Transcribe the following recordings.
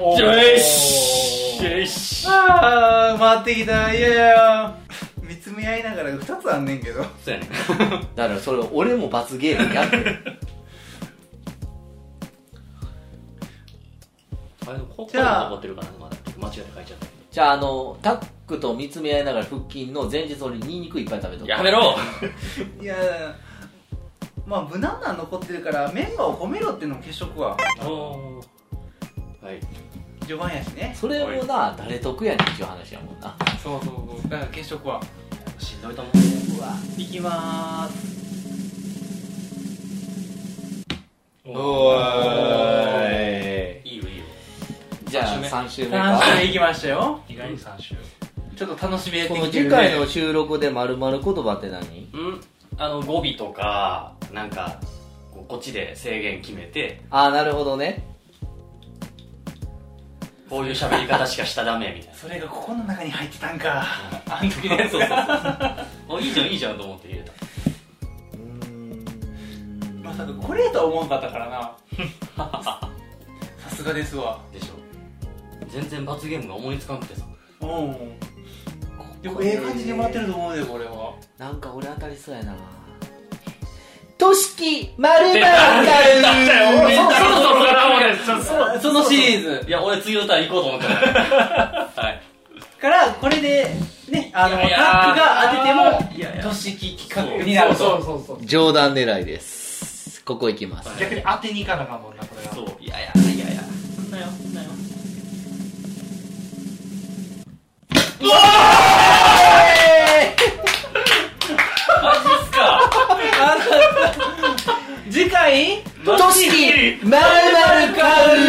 よしよし。 あー回ってきた。いやいや見つめ合いながら2つあんねんけど。 そうやねだからそれ俺も罰ゲームやってる。 あれここが残ってるかな。まだ間違えて書いちゃった。 じゃあタックと見つめ合いながら腹筋の前日俺ニンニクいっぱい食べとく。 やめろ。 いやまあ無難なの残ってるからメンバーを褒めろっていうのも欠食ははい序盤やしね。 それもな誰得やねんっていう話やもんな。 そうだから欠食はしんどいと思うね。 うわいきまーす。 おーい。 いいよいいよ。 じゃあ3週目 3 か。 週いきましたよ。 意外に3週。 ちょっと楽しみやってこのきてるね。 次回の収録で〇〇言葉って何？ 語尾とかなんかこっちで制限決めて、 ああなるほどね。 こういう喋り方しかしたらダメみたいな。 それがここの中に入ってたんか。あの時のやつそうがそういいじゃんいいじゃんと思って入れた。 まさかこれとは思わんかったからな。さすがですわ。 でしょ。全然罰ゲームが思いつかなくてさ。 うんよくええ感じで回ってると思うでこれは。 なんか俺当たりそうやな。としき〇〇かそのシリーズいや俺次の歌行こうと思ったはいからこれでねタックが当てても都市記企画になると。 そう冗談狙いです。ここ行きます。 逆に当てに行かなあかんもんなこれが。 そういやそんなようわマジっすか。 次回としき〇〇か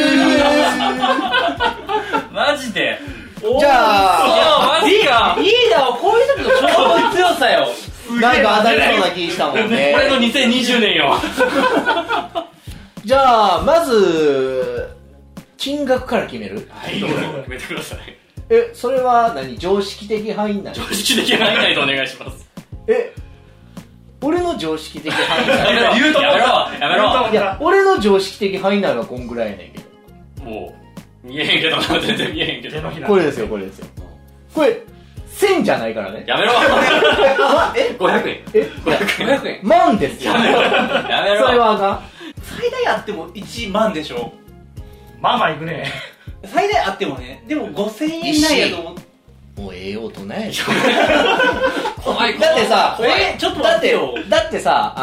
マジで。 じゃあマジか。 リーダーはこういう時のちょうど強さよ。 なんか当たりそうな気したもんね。 俺の2020年よ。 じゃあまず金額から決める？ はいどうぞ決めてください。 それは何？常識的範囲内？ 常識的範囲内でお願いします。 俺の常識的範囲内言うとやめろいや俺の常識的範囲内はこんぐらいやねんけど。 もう見えへんけどな。全然見えへんけど。 これですよこれ1000じゃないからね。 やめろ。500円 500円万ですよ。 やめろ。 それはあかん。 最大あっても1万でしょ。 まあまあいくね。 最大あってもね。でも5000円以内やと思って。 もうええ大人やで。 怖いだってさちょっと待ってよ。 だってさ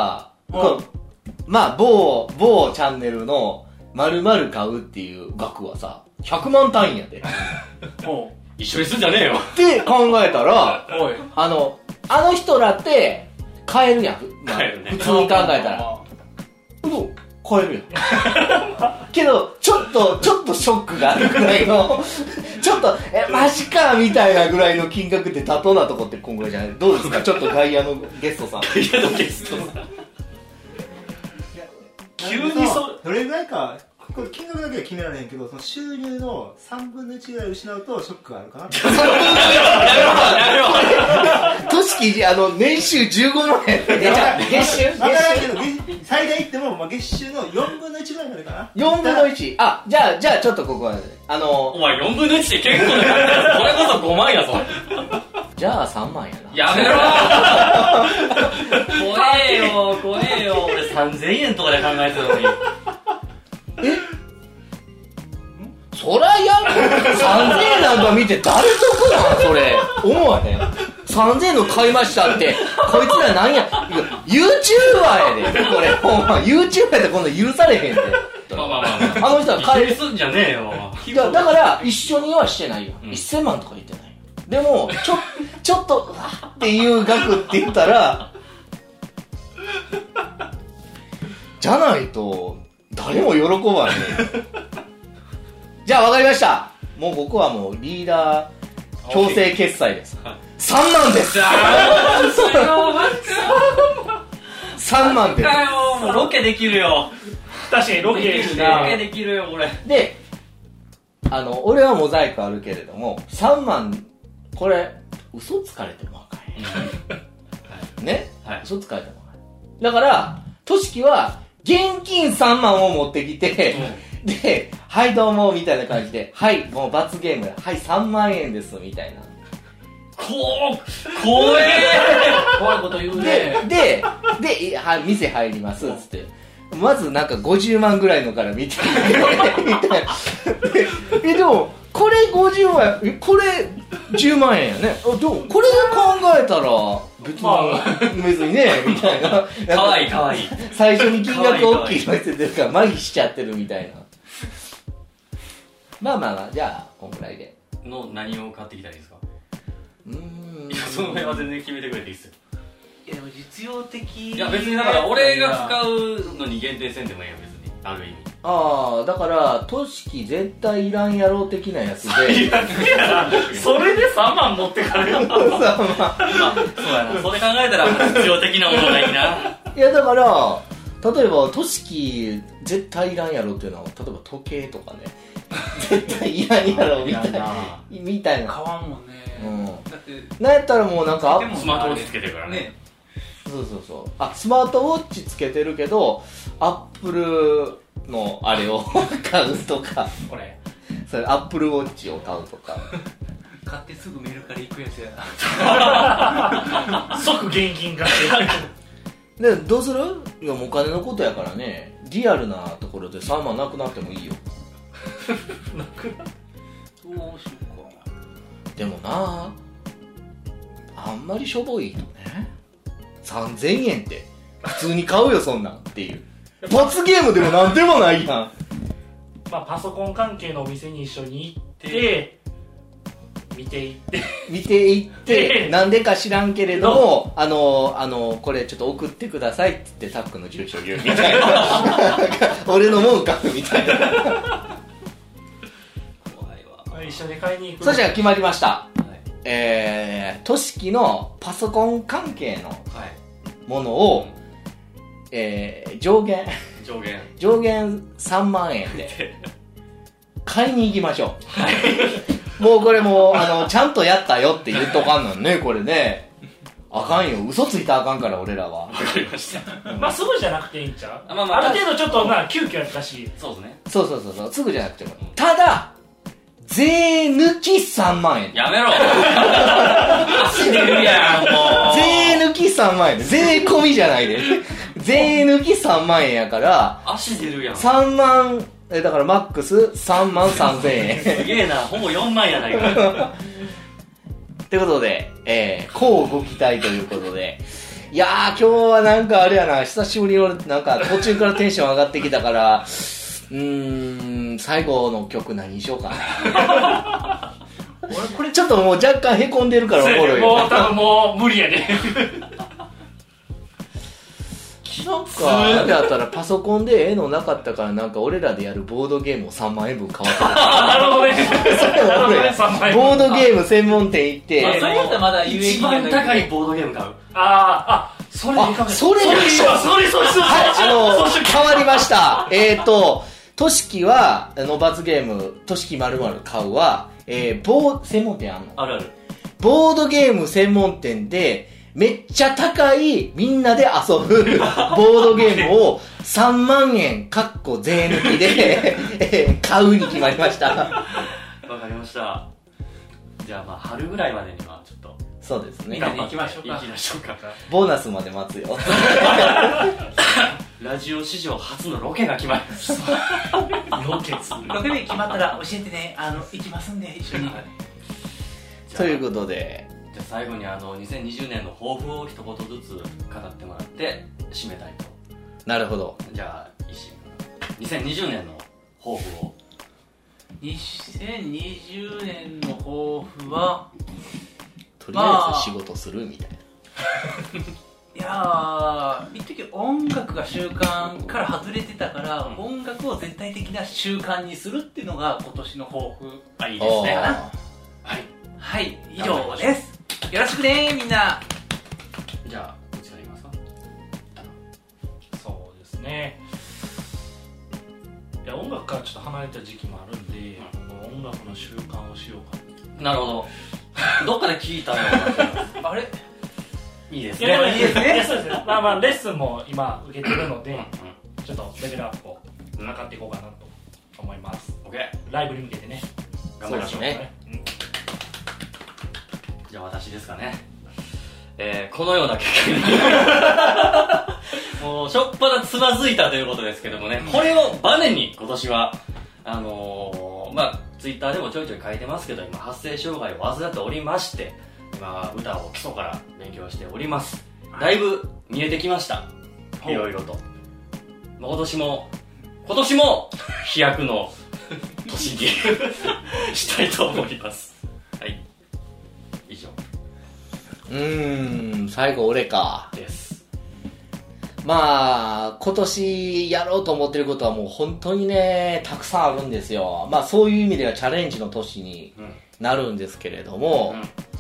まあ某チャンネルの〇〇買うっていう額はさ100万単位やで。 一緒にすんじゃねえよって考えたらおいあの人らって買えるやん、 買えるね普通に考えたら買えるやんけどちょっとショックがあるぐらいのちょっとマジかみたいなぐらいの金額って妥当なとこって今後じゃない？どうですか？ちょっと外野のゲストさん。 外野のゲストさん急にどれぐらいかこれ金額だけは決められへんけど、その収入の3分の1ぐらい失うとショックがあるかな。 やめろとしき年収15万円月収分からんけど最大いっても、月収の4分の1ぐらいまでかな。 4分の1。あ、じゃあちょっとここはねお前4分の1って結構だからこれこそ5万やぞ。 じゃあ3万やな。 やめろ怖えよ俺3000円とかで考えてたのに。 そらやん3000円なんか見て誰得なんそれ思わへん。3000円の買いましたってこいつらなんやYouTuber やでこれほんま YouTuber やったら今度許されへんで。 まあの人は買える。 すんじゃねえよ。 だから一緒にはしてないよ、1000万とか言ってない。でもちょっとうわっていう額って言ったらじゃないと誰も喜ばないじゃあ分かりました。もう僕はもうリーダー強制決済です。3万です。3万です。 もうロケできるよ。 確かにロケできるよこれ。 で俺はモザイクあるけれども3万これ嘘つかれてもあかんね、はい、嘘つかれてもあかん。だからとしきは現金3万を持ってきて、 で、はいどうもみたいな感じで、はいもう罰ゲーム、はい3万円ですみたいな。 怖え怖いこと言うね。 で、店入りますっつって。まずなんか50万ぐらいのから見てみたいな。でも、これ50万円、これ10万円やね。でも、これ考えたら、別にね、みたいな。 かわいいかわいい。 最初に金額大きいの見せてるから麻痺しちゃってるみたいな。まあ、じゃあ、こんぐらいで。 何を買ってきたらいいですか？ いいや、その辺は全然決めてくれていいっすよ。 いやでも実用的。 いや別にだから俺が使うのに限定せんでもいいよ、別に。ある意味。 ああ、だからとしき絶対いらんやろ的なやつでそれで3万持ってかれるのそうやな、それ考えたら必要的なものがいいな。 いやだから例えばとしき絶対いらんやろっていうのは、例えば時計とかね絶対いらんやろみたいな買わんもんね、だってなんやったらもうなんかスマートウォッチつけてるからね。 そうあ、スマートウォッチつけてるけどアップルのあれを買うとか、 これそれアップルウォッチを買うとか買ってすぐメルカリ行くやつやな。 即現金化してでどうする？いやもうお金のことやからね、リアルなところで3万なくなってもいいよ。 どうしようか。 でもなあんまりしょぼいとね、3000円って普通に買うよそんなんっていう。罰ゲームでもなんでもないやん。 まあパソコン関係のお店に一緒に行って見ていってなんでか知らんけれども、これちょっと送ってくださいって言ってタックの住所言うみたいな俺のもんかみたいな。 怖いわ。 一緒に買いに行く。 そしたら決まりました。 はい、 としきのパソコン関係のものを、上限3万円で買いに行きましょう。もうこれもうちゃんとやったよって言っとかんのね、これね。あかんよ、嘘ついたらあかんから俺らは。 わかりました。 まあすぐじゃなくていいんちゃう？ まあある程度ちょっと急遽やったし。 そうですね。 そうすぐじゃなくても。ただ税抜き3万円。 やめろ足出るやん、もう。 税抜き3万円で、税込みじゃないで税抜き3万円やから足出るやん。 3万だからマックス3万3000円すげえな、ほぼ4万やないかってことで、こうご期待ということで、いやー今日はなんかあれやな、久しぶりに俺なんか途中からテンション上がってきたから最後の曲何にしようかな俺これちょっともう若干へこんでるからおもろいもう多分もう無理やねなんかあれだったらパソコンで絵のなかったから、なんか俺らでやるボードゲームを3万円分買わせるなるほどねボードゲーム専門店行って、 それやったらまだ有益一番高いボードゲーム買う。 それいいかもしれそれでしょ。 はい変わりましたとしきは罰ゲームとしき〇〇買うは、専門店あんの？ あるある。 ボードゲーム専門店でめっちゃ高いみんなで遊ぶボードゲームを3万円かっこ税抜きで買うに決まりました。 わかりました。じゃあまあ春ぐらいまでにはちょっとそうですね、 行きましょうか。 行きましょうか。 ボーナスまで待つよラジオ史上初のロケが決まりました。 ロケツロケ日決まったら教えてね、行きますんで一緒に。 ということで、 じゃあ最後に2020年の抱負を一言ずつ語ってもらって締めたいと。 なるほど。 じゃあ石井君、2020年の抱負を。 2020年の抱負はとりあえず仕事するみたいな。 いやー、一時音楽が習慣から外れてたから、音楽を絶対的な習慣にするっていうのが今年の抱負。 いいですね。 はい、以上です。よろしくねみんな。 じゃあこちら言いますか。 そうですね。いや音楽からちょっと離れた時期もあるんで、音楽の習慣をしようか。 なるほど。どっかで聞いたような。 あれいいですいやね。 いいですね。そうですね。まあレッスンも今受けてるので、ちょっとレベルアップを図っていこうかなとと思います。 OK、 ライブに向けてね、 頑張りましょう。 そうですね。 じゃあ私ですかね。このような結果にもうしょっぱなつまずいたということですけどもね、これをバネに今年はツイッターでもちょいちょい書いてますけど、今発声障害を患っておりまして、今歌を基礎から勉強しております。だいぶ見えてきました、いろいろと。今年も飛躍の年にしたいと思います。はい、以上最後俺かです。 まあ今年やろうと思ってることはもう本当にねたくさんあるんですよ。まあそういう意味ではチャレンジの年になるんですけれども、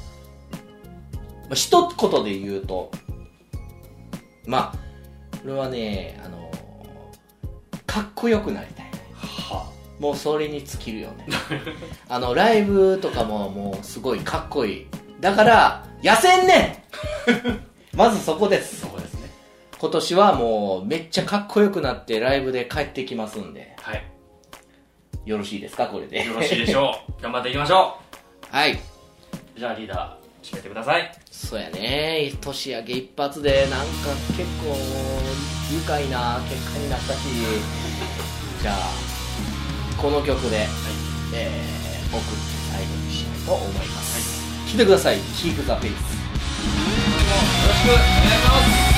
一言で言うと、まあこれはねかっこよくなりたい、もうそれに尽きるよねライブとかももうすごいかっこいい。だから痩せんねんまずそこです。 そこですね。 今年はもうめっちゃかっこよくなってライブで帰ってきますんで、 はい、 よろしいですかこれで。 よろしいでしょう頑張っていきましょうはい。 じゃあリーダー決めてください。 そうやね、年明け一発でなんか結構愉快な結果になったしじゃあこの曲で、送って最後にしたいと思います、聴いてください。 Keep the Faith。 よろしくお願いします。